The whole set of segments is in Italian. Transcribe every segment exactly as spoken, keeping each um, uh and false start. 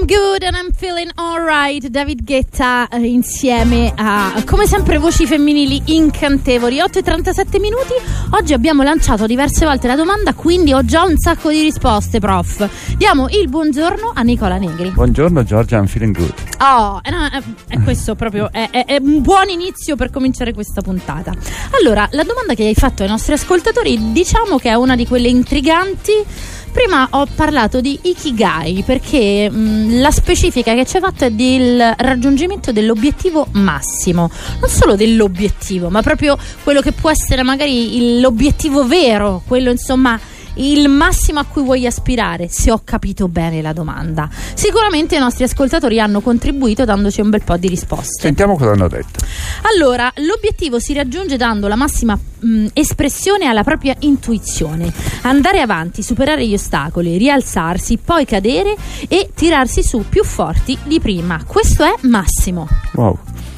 Good and I'm feeling alright. David Guetta eh, insieme a, come sempre, voci femminili incantevoli. Otto e trentasette minuti. Oggi abbiamo lanciato diverse volte la domanda, quindi ho già un sacco di risposte, prof. Diamo il buongiorno a Nicola Negri. Buongiorno Giorgia, I'm feeling good. Oh, eh, no, è, è questo proprio è, è, è un buon inizio per cominciare questa puntata. Allora, la domanda che hai fatto ai nostri ascoltatori, diciamo che è una di quelle intriganti. Prima ho parlato di Ikigai perché mh, la specifica che ci hai fatto è del raggiungimento dell'obiettivo massimo, non solo dell'obiettivo, ma proprio quello che può essere magari il, l'obiettivo vero, quello insomma il massimo a cui vuoi aspirare, se ho capito bene la domanda. Sicuramente i nostri ascoltatori hanno contribuito dandoci un bel po' di risposte. Sentiamo cosa hanno detto. Allora, l'obiettivo si raggiunge dando la massima mh, espressione alla propria intuizione, andare avanti, superare gli ostacoli, rialzarsi, poi cadere e tirarsi su più forti di prima. Questo è massimo. Wow.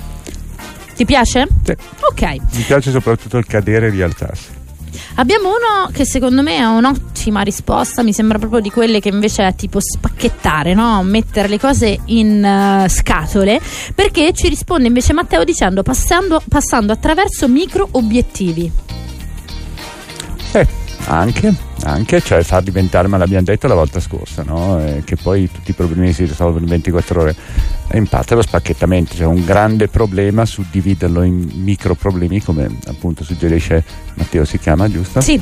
Ti piace? Sì. Ok. Mi piace soprattutto il cadere e rialzarsi. Abbiamo uno che secondo me è un'ottima risposta, mi sembra proprio di quelle che invece è tipo spacchettare, no? Mettere le cose in uh, scatole, perché ci risponde invece Matteo dicendo passando, passando attraverso micro obiettivi. Eh, anche, anche, cioè far diventare, ma l'abbiamo detto la volta scorsa, no? Eh, che poi tutti i problemi si risolvono in ventiquattro ore. E in parte lo spacchettamento, c'è un grande problema su dividerlo in micro problemi, come appunto suggerisce Matteo, si chiama, giusto? Sì.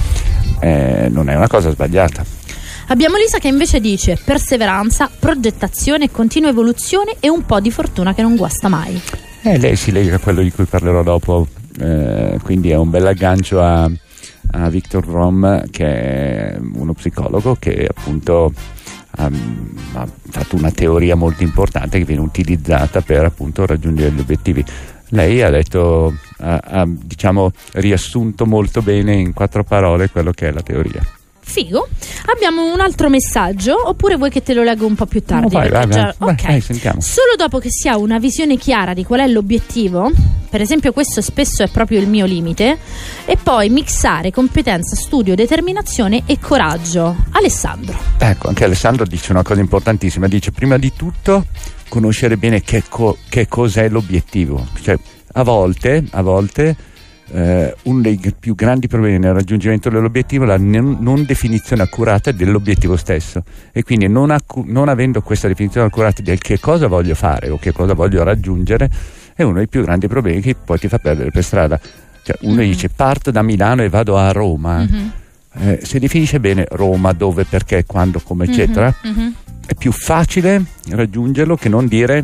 Eh, non è una cosa sbagliata. Abbiamo Lisa che invece dice perseveranza, progettazione, continua evoluzione e un po' di fortuna che non guasta mai. Eh, lei si lega a quello di cui parlerò dopo, eh, quindi è un bel aggancio a, a Viktor Fromm, che è uno psicologo che appunto ha, ha fatto una teoria molto importante che viene utilizzata per appunto raggiungere gli obiettivi. Lei ha detto, ha, ha diciamo riassunto molto bene in quattro parole quello che è la teoria. Figo. Abbiamo un altro messaggio, oppure vuoi che te lo leggo un po' più tardi? No, vai, vai, già... vai, ok. vai, sentiamo. Solo dopo che si ha una visione chiara di qual è l'obiettivo, per esempio questo spesso è proprio il mio limite, e poi mixare competenza, studio, determinazione e coraggio. Alessandro. Ecco, anche Alessandro dice una cosa importantissima, dice prima di tutto conoscere bene che, co- che cos'è l'obiettivo, cioè a volte, a volte Uh, uno dei più grandi problemi nel raggiungimento dell'obiettivo è la non, non definizione accurata dell'obiettivo stesso, e quindi non, accu- non avendo questa definizione accurata del che cosa voglio fare o che cosa voglio raggiungere è uno dei più grandi problemi che poi ti fa perdere per strada. Cioè, uno mm-hmm. dice parto da Milano e vado a Roma, mm-hmm. eh, se definisce bene Roma, dove, perché, quando, come eccetera, mm-hmm. è più facile raggiungerlo che non dire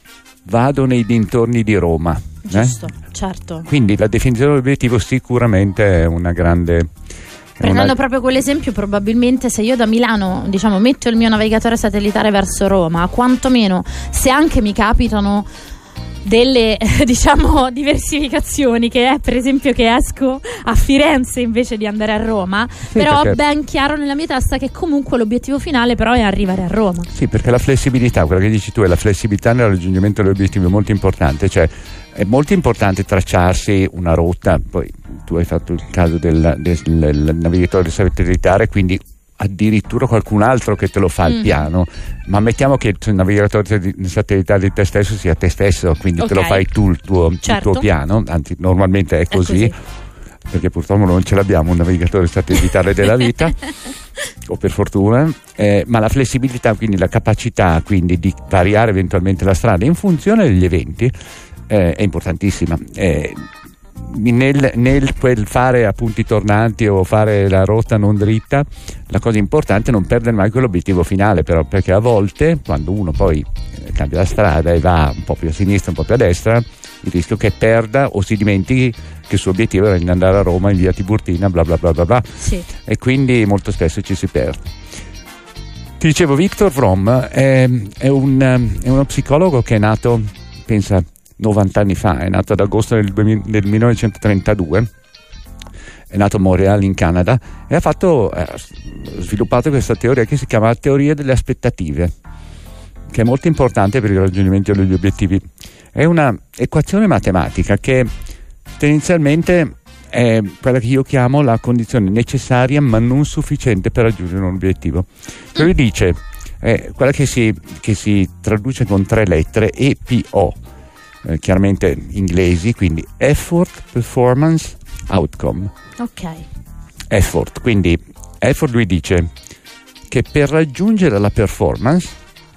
vado nei dintorni di Roma. Giusto, eh? certo. Quindi la definizione dell'obiettivo sicuramente è una grande... Prendendo una... proprio quell'esempio, probabilmente se io da Milano, diciamo, metto il mio navigatore satellitare verso Roma, quantomeno se anche mi capitano delle diciamo diversificazioni, che è per esempio che esco a Firenze invece di andare a Roma, sì, però perché... ho ben chiaro nella mia testa che comunque l'obiettivo finale però è arrivare a Roma. Sì, perché la flessibilità, quella che dici tu, è la flessibilità nel raggiungimento dell'obiettivo è molto importante, cioè è molto importante tracciarsi una rotta. Poi tu hai fatto il caso del, del, del navigatore satellitare, quindi addirittura qualcun altro che te lo fa mm. il piano, ma mettiamo che il navigatore satellitare di te stesso sia te stesso, quindi okay. te lo fai tu il tuo, certo. il tuo piano, anzi normalmente è così, è così, perché purtroppo non ce l'abbiamo un navigatore satellitare della vita o per fortuna, eh, ma la flessibilità, quindi la capacità quindi di variare eventualmente la strada in funzione degli eventi eh, è importantissima. eh, Nel, nel quel fare a punti tornanti o fare la rotta non dritta, la cosa importante è non perdere mai quell'obiettivo finale, però, perché a volte quando uno poi eh, cambia la strada e va un po' più a sinistra un po' più a destra, il rischio che perda o si dimentichi che il suo obiettivo era di andare a Roma in via Tiburtina, bla bla bla bla bla, sì. E quindi molto spesso ci si perde. Ti dicevo, Viktor Fromm è, è, un, è uno psicologo che è nato, pensa, novanta anni fa, è nato ad agosto del, del millenovecentotrentadue, è nato a Montréal in Canada e ha fatto ha sviluppato questa teoria che si chiama la teoria delle aspettative, che è molto importante per il raggiungimento degli obiettivi. È una equazione matematica che tendenzialmente è quella che io chiamo la condizione necessaria ma non sufficiente per raggiungere un obiettivo. Cioè lui dice è quella che si, che si traduce con tre lettere, E P O, eh, chiaramente inglesi, quindi Effort, Performance, Outcome. Ok. Effort, quindi effort, lui dice che per raggiungere la performance,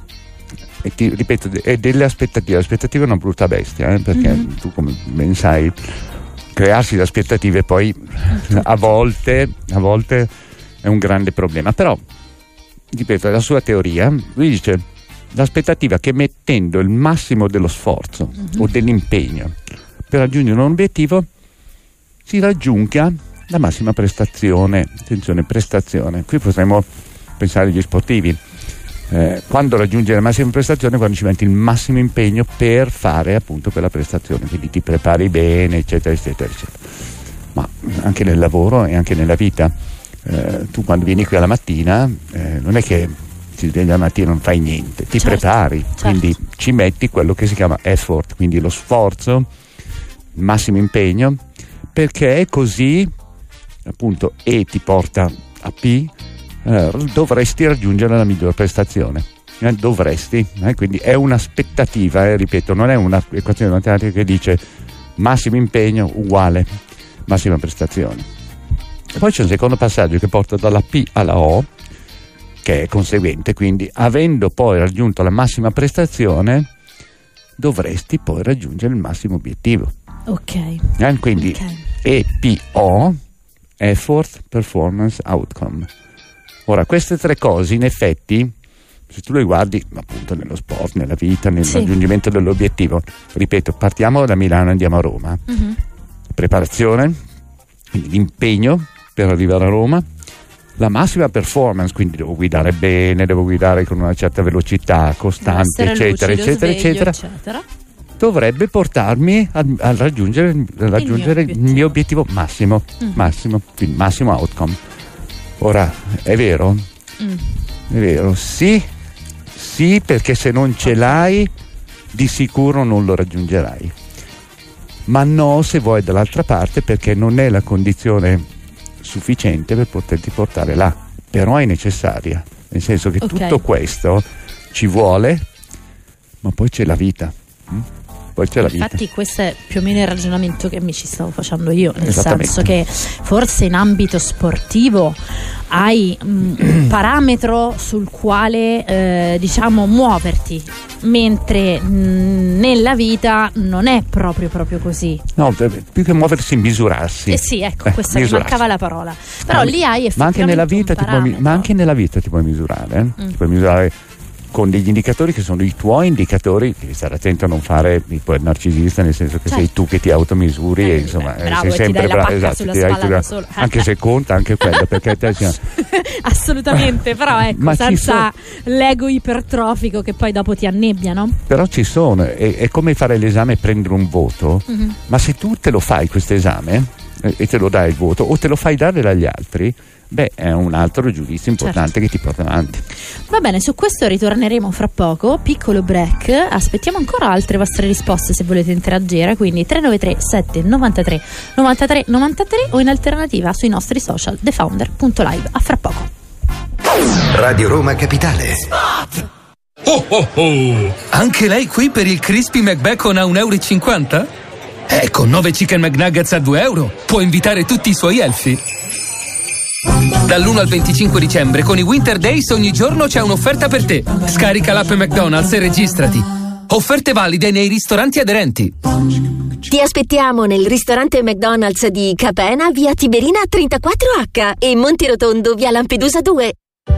e ti ripeto, è delle aspettative. L'aspettativa è una brutta bestia, eh, perché mm-hmm. tu come ben sai, crearsi le aspettative poi a volte, a volte è un grande problema. Però, ripeto, la sua teoria, lui dice l'aspettativa che mettendo il massimo dello sforzo mm-hmm. o dell'impegno per raggiungere un obiettivo si raggiunga la massima prestazione. Attenzione, prestazione. Qui potremmo pensare agli sportivi. Eh, quando raggiungi la massima prestazione, quando ci metti il massimo impegno per fare appunto quella prestazione, quindi ti prepari bene, eccetera eccetera eccetera. Ma anche nel lavoro e anche nella vita, eh, tu quando vieni qui alla mattina eh, non è che ti svegli la mattina e non fai niente, ti certo, prepari, certo. Quindi ci metti quello che si chiama effort, quindi lo sforzo, il massimo impegno, perché è così appunto E ti porta a P, eh, dovresti raggiungere la miglior prestazione, eh, dovresti, eh, quindi è un'aspettativa, eh, ripeto, non è una equazione matematica che dice massimo impegno uguale massima prestazione. E poi c'è un secondo passaggio che porta dalla P alla O, che è conseguente, quindi avendo poi raggiunto la massima prestazione dovresti poi raggiungere il massimo obiettivo. Ok. Eh, quindi okay. E P O, effort, performance, outcome. Ora, queste tre cose in effetti, se tu le guardi appunto nello sport, nella vita, nel sì. raggiungimento dell'obiettivo, ripeto, partiamo da Milano e andiamo a Roma. Uh-huh. Preparazione, quindi l'impegno per arrivare a Roma, la massima performance, quindi devo guidare bene, devo guidare con una certa velocità costante, eccetera, lucido, eccetera, sveglio, eccetera, eccetera, dovrebbe portarmi a, a raggiungere, a raggiungere il, mio il mio obiettivo massimo, mm. massimo, quindi massimo outcome. Ora, è vero? Mm. È vero, sì, sì, perché se non ce l'hai, di sicuro non lo raggiungerai. Ma no, se vuoi dall'altra parte, perché non è la condizione sufficiente per poterti portare là, però è necessaria, nel senso che okay. tutto questo ci vuole, ma poi c'è la vita. Mm? Poi c'è la vita. Infatti questo è più o meno il ragionamento che mi ci stavo facendo io, nel senso che forse in ambito sportivo hai un mm, parametro sul quale eh, diciamo muoverti, mentre mh, nella vita non è proprio proprio così. No, più che muoversi, misurarsi. Eh sì, ecco, eh, questa mi mancava la parola. Però eh, lì hai effettivamente ma anche nella vita ti puoi, ma anche nella vita ti puoi misurare, eh? mm. ti puoi misurare con degli indicatori che sono i tuoi indicatori. Devi stare attento a non fare il narcisista, nel senso che certo. sei tu che ti automisuri eh, e insomma beh, bravo, sei sempre bravo, esatto, ti dai tu, solo. Anche se conta anche quello, perché te sia... assolutamente, però ecco, ma senza sono... l'ego ipertrofico che poi dopo ti annebbia, no? Però ci sono, è, è come fare l'esame e prendere un voto, mm-hmm. ma se tu te lo fai questo esame eh, e te lo dai il voto o te lo fai dare dagli altri, beh, è un altro giudizio importante, certo. che ti porta avanti. Va bene, su questo ritorneremo fra poco, piccolo break, aspettiamo ancora altre vostre risposte se volete interagire, quindi tre nove tre sette nove tre nove tre nove tre o in alternativa sui nostri social the founder punto live. A fra poco. Radio Roma Capitale. Spot! Oh oh oh! Anche lei qui per il Crispy McBacon a un euro e cinquanta? Eh, con nove Chicken McNuggets a due euro può invitare tutti i suoi elfi. Dall'uno al venticinque dicembre con i Winter Days ogni giorno c'è un'offerta per te. Scarica l'app McDonald's e registrati. Offerte valide nei ristoranti aderenti. Ti aspettiamo nel ristorante McDonald's di Capena, via Tiberina trentaquattro acca e Monterotondo, via Lampedusa due.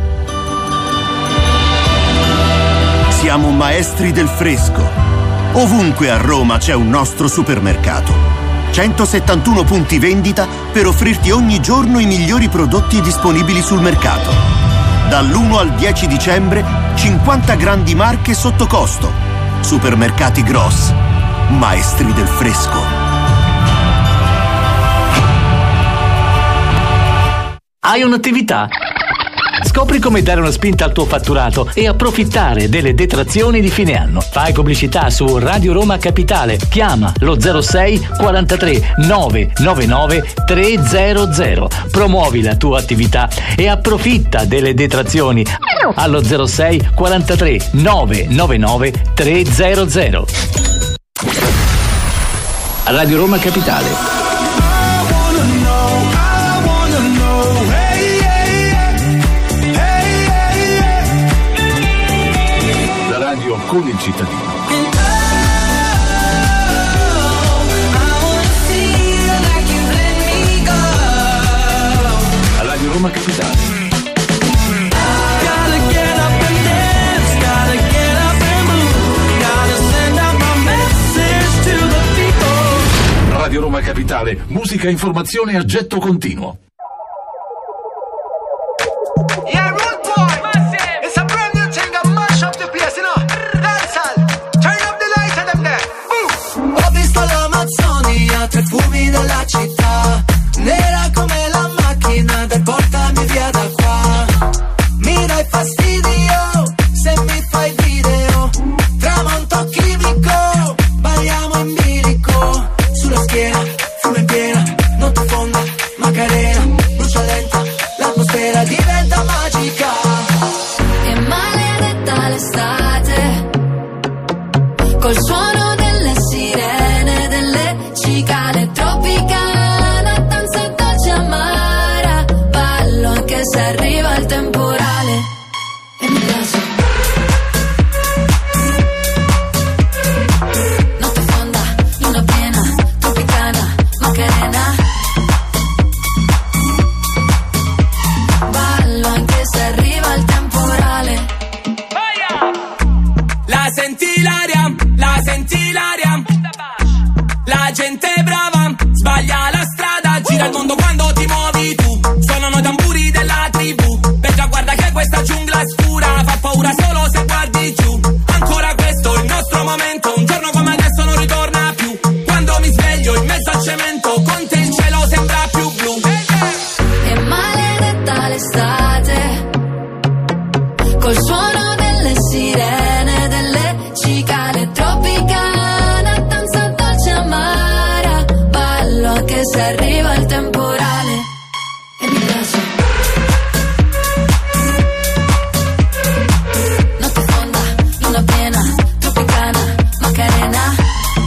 Siamo maestri del fresco. Ovunque a Roma c'è un nostro supermercato. centosettantuno punti vendita per offrirti ogni giorno i migliori prodotti disponibili sul mercato. Dall'primo al dieci dicembre, cinquanta grandi marche sotto costo. Supermercati Gross. Maestri del fresco. Hai un'attività? Scopri come dare una spinta al tuo fatturato e approfittare delle detrazioni di fine anno. Fai pubblicità su Radio Roma Capitale. Chiama lo zero sei quarantatré nove novantanove trecento. Promuovi la tua attività e approfitta delle detrazioni allo zero sei quarantatré nove novantanove trecento. Radio Roma Capitale. Con il cittadino. A Radio Roma Capitale. Radio Roma Capitale, musica e informazione a getto continuo. Tre fumi della città, nera come la macchina del portami via da qua. Mi dai fastidio se mi fai video, tramonto chimico, balliamo in bilico. Sulla schiena, fumo in piena, notte fonda, Macarena, brucia lenta, l'atmosfera diventa magica. E maledetta l'estate, col suono delle sirene, delle cicale tropicana, danza dolce amara, ballo anche se arriva il temporale e mi piace. Notte fonda, luna piena, tropicana, Macarena, ballo anche se arriva il temporale. La senti l'aria, la senti l'aria, la gente brava, sbaglia la strada, gira il mondo quando ti muovi tu. Suonano i tamburi della tribù, Beggia guarda che questa giungla è scura, fa paura solo se guardi giù. Ancora questo è il nostro momento, un giorno come adesso non ritorna più. Quando mi sveglio in mezzo al cemento, con te il cielo sembra più blu. E maledetta l'estate, col suono delle sirene, delle cicale tropicana, danza dolce amara, ballo anche se arriva il temporale e mi piace. Notte fonda, luna piena, tropicana, Macarena,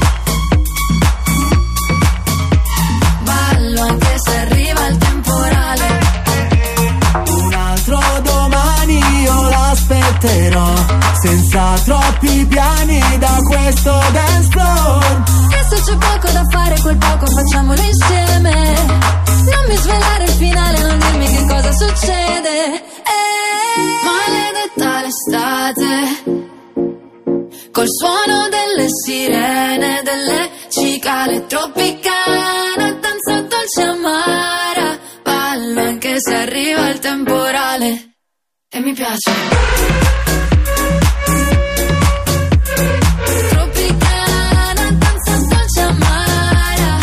ballo anche se arriva il temporale. Un altro domani io l'aspetterò, senza troppi piani da questo dance floor. E se c'è poco da fare, quel poco facciamolo insieme. Non mi svelare il finale, non dirmi che cosa succede. Eh, maledetta l'estate, col suono delle sirene, delle cicale tropicana, danza dolce amara, ballo anche se arriva il temporale e mi piace. Tropicana, danza dolce amara,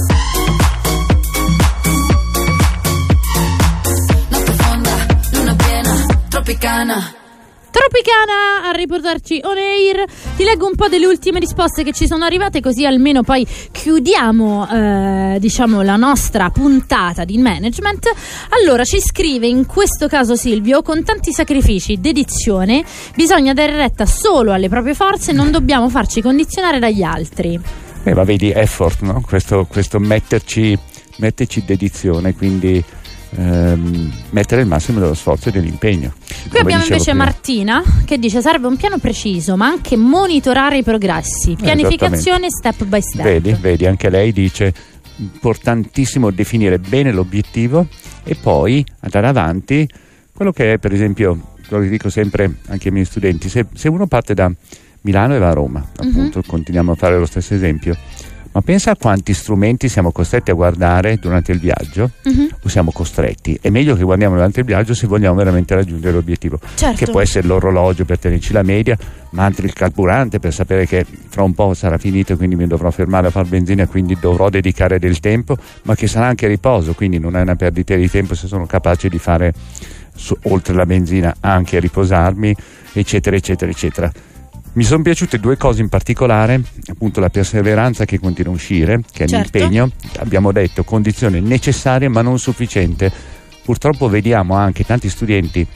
notte fonda, luna piena, tropicana. Tropicana a riportarci on air. Ti leggo un po' delle ultime risposte che ci sono arrivate, così almeno poi chiudiamo eh, diciamo la nostra puntata di management. Allora ci scrive in questo caso Silvio: con tanti sacrifici, dedizione, bisogna dare retta solo alle proprie forze, non dobbiamo farci condizionare dagli altri. Eh, ma vedi, effort, no? Questo, questo metterci, metterci dedizione, quindi ehm, mettere il massimo dello sforzo e dell'impegno. Qui abbiamo invece prima Martina che dice: serve un piano preciso ma anche monitorare i progressi, pianificazione step by step. Vedi, vedi, anche lei dice importantissimo definire bene l'obiettivo e poi andare avanti. Quello che è, per esempio, quello che dico sempre anche ai miei studenti, se, se uno parte da Milano e va a Roma, appunto, uh-huh. continuiamo a fare lo stesso esempio, ma pensa a quanti strumenti siamo costretti a guardare durante il viaggio, uh-huh. o siamo costretti. È meglio che guardiamo durante il viaggio se vogliamo veramente raggiungere l'obiettivo, certo. che può essere l'orologio per tenerci la media, ma anche il carburante per sapere che fra un po' sarà finito e quindi mi dovrò fermare a far benzina, quindi dovrò dedicare del tempo, ma che sarà anche riposo, quindi non è una perdita di tempo se sono capace di fare su, oltre la benzina anche a riposarmi, eccetera eccetera eccetera. Mi sono piaciute due cose in particolare, appunto la perseveranza che continua a uscire, che è certo. l'impegno, abbiamo detto condizione necessaria ma non sufficiente. Purtroppo vediamo anche tanti studenti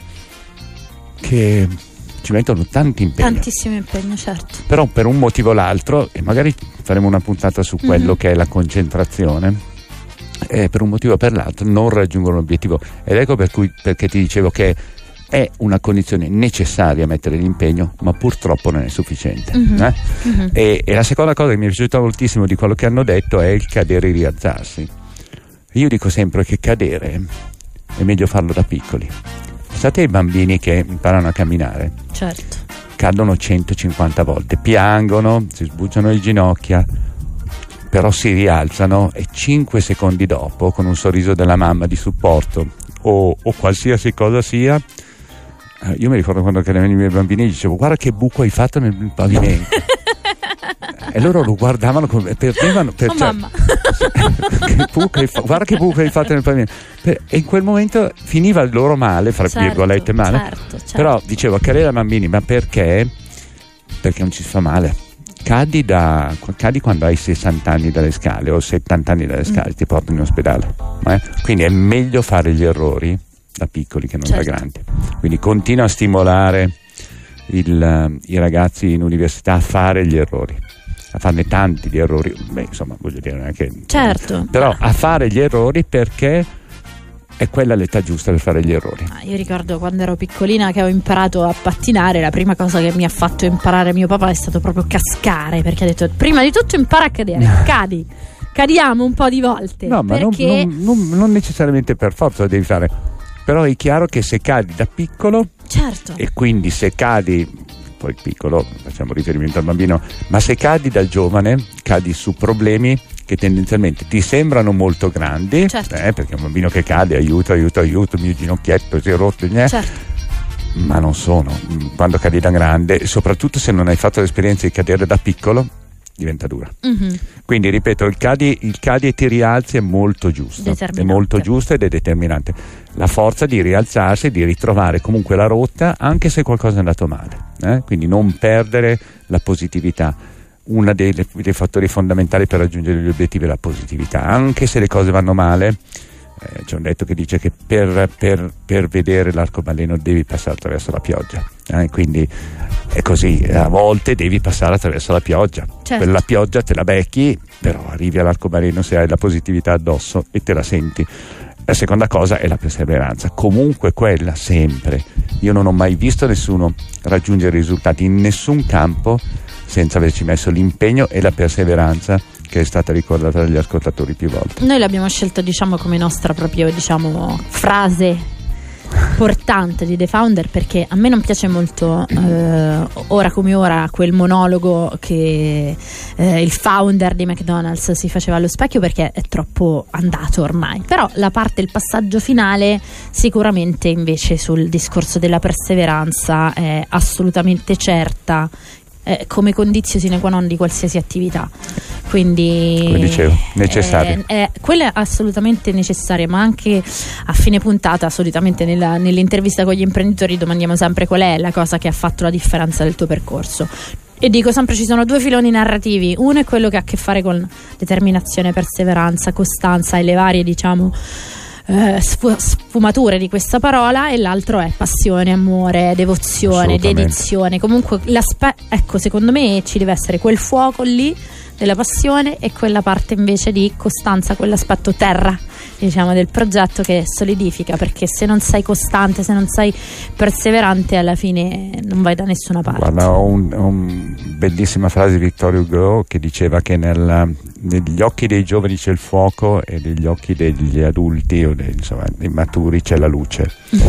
che ci mettono tanto impegno, tantissimo impegno, certo, però per un motivo o l'altro, e magari faremo una puntata su quello mm-hmm. che è la concentrazione, e per un motivo o per l'altro non raggiungono l'obiettivo, ed ecco per cui, perché ti dicevo che è una condizione necessaria mettere l'impegno, ma purtroppo non è sufficiente. Mm-hmm. Eh? Mm-hmm. E, e la seconda cosa che mi è piaciuta moltissimo di quello che hanno detto è il cadere e rialzarsi. Io dico sempre che cadere è meglio farlo da piccoli. Pensate ai bambini che imparano a camminare, certo, cadono centocinquanta volte, piangono, si sbucciano le ginocchia, però si rialzano e cinque secondi dopo, con un sorriso della mamma di supporto o, o qualsiasi cosa sia, io mi ricordo quando cadevano i miei bambini, dicevo guarda che buco hai fatto nel pavimento e loro lo guardavano come perdevano per, oh cioè, mamma che buco hai fa- guarda che buco hai fatto nel pavimento, per, e in quel momento finiva il loro male, fra certo, virgolette male, certo, certo. Però dicevo cadere da bambini, ma perché? Perché non ci si fa male. Cadi, da, cadi quando hai sessanta anni dalle scale o settanta anni dalle scale, mm. ti portano in ospedale, eh? Quindi è meglio fare gli errori da piccoli che non certo. da grandi. Quindi continua a stimolare il, i ragazzi in università a fare gli errori, a farne tanti di errori, beh insomma voglio dire non è che certo, però a fare gli errori perché è quella l'età giusta per fare gli errori. Ah, io ricordo quando ero piccolina che ho imparato a pattinare, la prima cosa che mi ha fatto imparare mio papà è stato proprio cascare, perché ha detto prima di tutto impara a cadere, cadi, cadiamo un po' di volte. No, ma perché... non, non, non, non necessariamente per forza lo devi fare, però è chiaro che se cadi da piccolo, certo, e quindi se cadi, poi piccolo, facciamo riferimento al bambino, ma se cadi da giovane, cadi su problemi che tendenzialmente ti sembrano molto grandi, certo. eh, perché un bambino che cade, aiuto, aiuto, aiuto, il mio ginocchietto si è rotto, eh, certo. ma non sono. Quando cadi da grande, soprattutto se non hai fatto l'esperienza di cadere da piccolo, diventa dura. Mm-hmm. Quindi ripeto, il cadi, il cadi e ti rialzi è molto giusto, è molto giusto ed è determinante. La forza di rialzarsi, di ritrovare comunque la rotta, anche se qualcosa è andato male, eh? Quindi non perdere la positività. Uno dei, dei fattori fondamentali per raggiungere gli obiettivi è la positività, anche se le cose vanno male. Eh, c'è un detto che dice che per, per, per vedere l'arcobaleno devi passare attraverso la pioggia, eh? Quindi è così, a volte devi passare attraverso la pioggia, certo. Quella pioggia te la becchi, però arrivi all'arcobaleno se hai la positività addosso e te la senti. La seconda cosa è la perseveranza, comunque quella sempre. Io non ho mai visto nessuno raggiungere risultati in nessun campo senza averci messo l'impegno e la perseveranza, che è stata ricordata dagli ascoltatori più volte. Noi l'abbiamo scelto, diciamo, come nostra proprio, diciamo, frase portante di The Founder, perché a me non piace molto eh, ora come ora quel monologo che eh, il founder di McDonald's si faceva allo specchio, perché è troppo andato ormai. Però la parte, il passaggio finale sicuramente invece sul discorso della perseveranza è assolutamente certa, eh, come condizio sine qua non di qualsiasi attività. Quindi, come dicevo, necessaria. Eh, eh, quella è assolutamente necessaria, ma anche a fine puntata, solitamente nella, nell'intervista con gli imprenditori domandiamo sempre qual è la cosa che ha fatto la differenza del tuo percorso. E dico sempre, ci sono due filoni narrativi: uno è quello che ha a che fare con determinazione, perseveranza, costanza e le varie, diciamo, eh, sfumature di questa parola, e l'altro è passione, amore, devozione, dedizione. Comunque l'aspetto, ecco, secondo me ci deve essere quel fuoco lì della passione e quella parte invece di costanza, quell'aspetto terra, diciamo, del progetto che solidifica, perché se non sei costante, se non sei perseverante, alla fine non vai da nessuna parte. Guarda, ho un, un bellissima frase di Victor Hugo che diceva che nel, negli occhi dei giovani c'è il fuoco e negli occhi degli adulti o dei, insomma, dei maturi c'è la luce. Mm.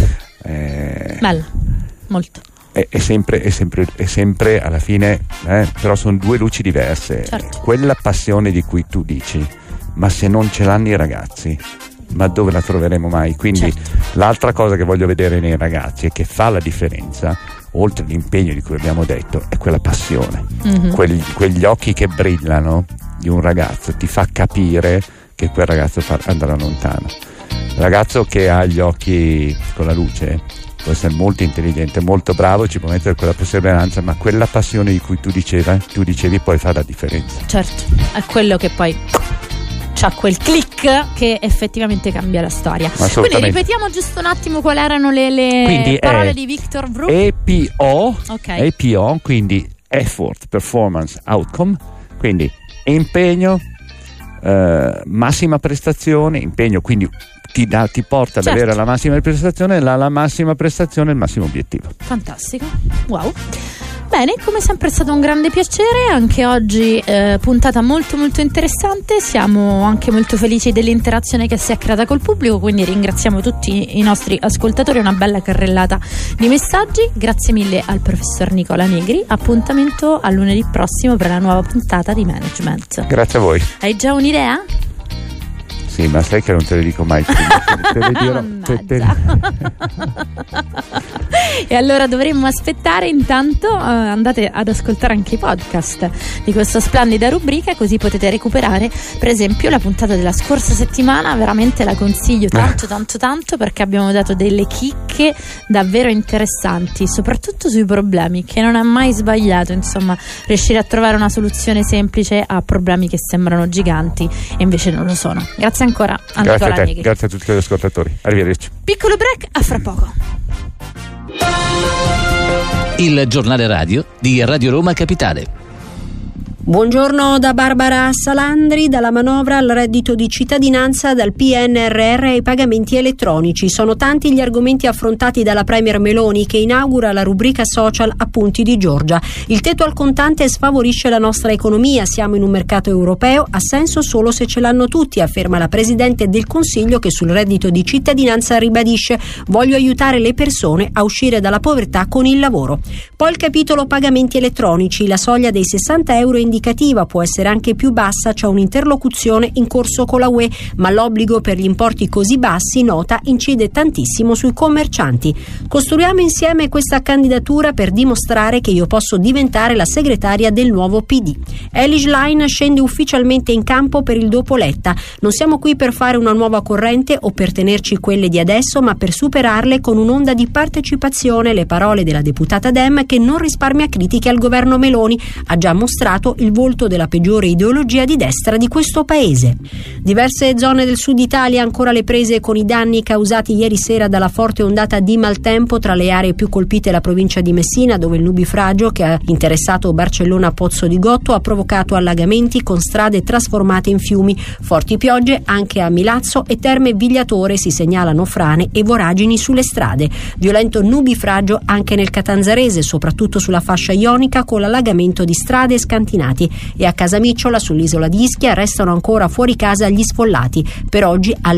Eh, Bello, molto. È, è, sempre, è, sempre, è sempre alla fine, eh, però sono due luci diverse. Certo. Quella passione di cui tu dici, ma se non ce l'hanno i ragazzi, ma dove la troveremo mai? Quindi certo. L'altra cosa che voglio vedere nei ragazzi e che fa la differenza, oltre all'impegno di cui abbiamo detto, è quella passione. Mm-hmm. Quegli, quegli occhi che brillano di un ragazzo ti fa capire che quel ragazzo fa, andrà lontano. ragazzo che ha gli occhi con la luce può essere molto intelligente, molto bravo, ci può mettere quella perseveranza, ma quella passione di cui tu diceva, tu dicevi poi fa la differenza. Certo, è quello che poi c'ha quel click che effettivamente cambia la storia. Quindi ripetiamo giusto un attimo quali erano le, le parole di Victor Vru. E P O, okay. E P O, quindi Effort, Performance, Outcome, quindi impegno, eh, massima prestazione, impegno quindi ti, da, ti porta ad certo. avere la massima prestazione, la, la massima prestazione, il massimo obiettivo. Fantastico, wow. Bene, come sempre è stato un grande piacere, anche oggi eh, puntata molto molto interessante, siamo anche molto felici dell'interazione che si è creata col pubblico, quindi ringraziamo tutti i nostri ascoltatori, una bella carrellata di messaggi, grazie mille al professor Nicola Negri, appuntamento a lunedì prossimo per la nuova puntata di Management. Grazie a voi. Hai già un'idea? Sì, ma sai che non te le dico mai prima, te le dirò, te, te... E allora dovremmo aspettare, intanto uh, andate ad ascoltare anche i podcast di questa splendida rubrica, così potete recuperare per esempio la puntata della scorsa settimana, veramente la consiglio tanto tanto tanto perché abbiamo dato delle chicche davvero interessanti, soprattutto sui problemi, che non è mai sbagliato insomma riuscire a trovare una soluzione semplice a problemi che sembrano giganti e invece non lo sono. Grazie ancora a grazie Nicola a te, Negri. grazie a tutti gli ascoltatori, arrivederci. Piccolo break, a fra poco. Il giornale radio di Radio Roma Capitale. Buongiorno da Barbara Salandri. Dalla manovra al reddito di cittadinanza, dal P N R R ai pagamenti elettronici. Sono tanti gli argomenti affrontati dalla Premier Meloni, che inaugura la rubrica social Appunti di Giorgia. Il tetto al contante sfavorisce la nostra economia, siamo in un mercato europeo, ha senso solo se ce l'hanno tutti, afferma la Presidente del Consiglio, che sul reddito di cittadinanza ribadisce: voglio aiutare le persone a uscire dalla povertà con il lavoro. Poi il capitolo pagamenti elettronici, la soglia dei sessanta euro indicativa può essere anche più bassa, c'è un'interlocuzione in corso con la U E, ma l'obbligo per gli importi così bassi, nota, incide tantissimo sui commercianti. Costruiamo insieme questa candidatura per dimostrare che io posso diventare la segretaria del nuovo P D. Elish Line scende ufficialmente in campo per il dopo Letta. Non siamo qui per fare una nuova corrente o per tenerci quelle di adesso, ma per superarle con un'onda di partecipazione. Le parole della deputata Dem, che non risparmia critiche al governo Meloni, ha già mostrato il volto della peggiore ideologia di destra di questo paese. Diverse zone del sud Italia ancora le prese con i danni causati ieri sera dalla forte ondata di maltempo. Tra le aree più colpite la provincia di Messina, dove il nubifragio che ha interessato Barcellona Pozzo di Gotto ha provocato allagamenti con strade trasformate in fiumi. Forti piogge anche a Milazzo e Terme Vigliatore, si segnalano frane e voragini sulle strade. Violento nubifragio anche nel Catanzarese, soprattutto sulla fascia ionica, con l'allagamento di strade scantinate. E a Casamicciola, sull'isola di Ischia, restano ancora fuori casa gli sfollati. Per oggi alle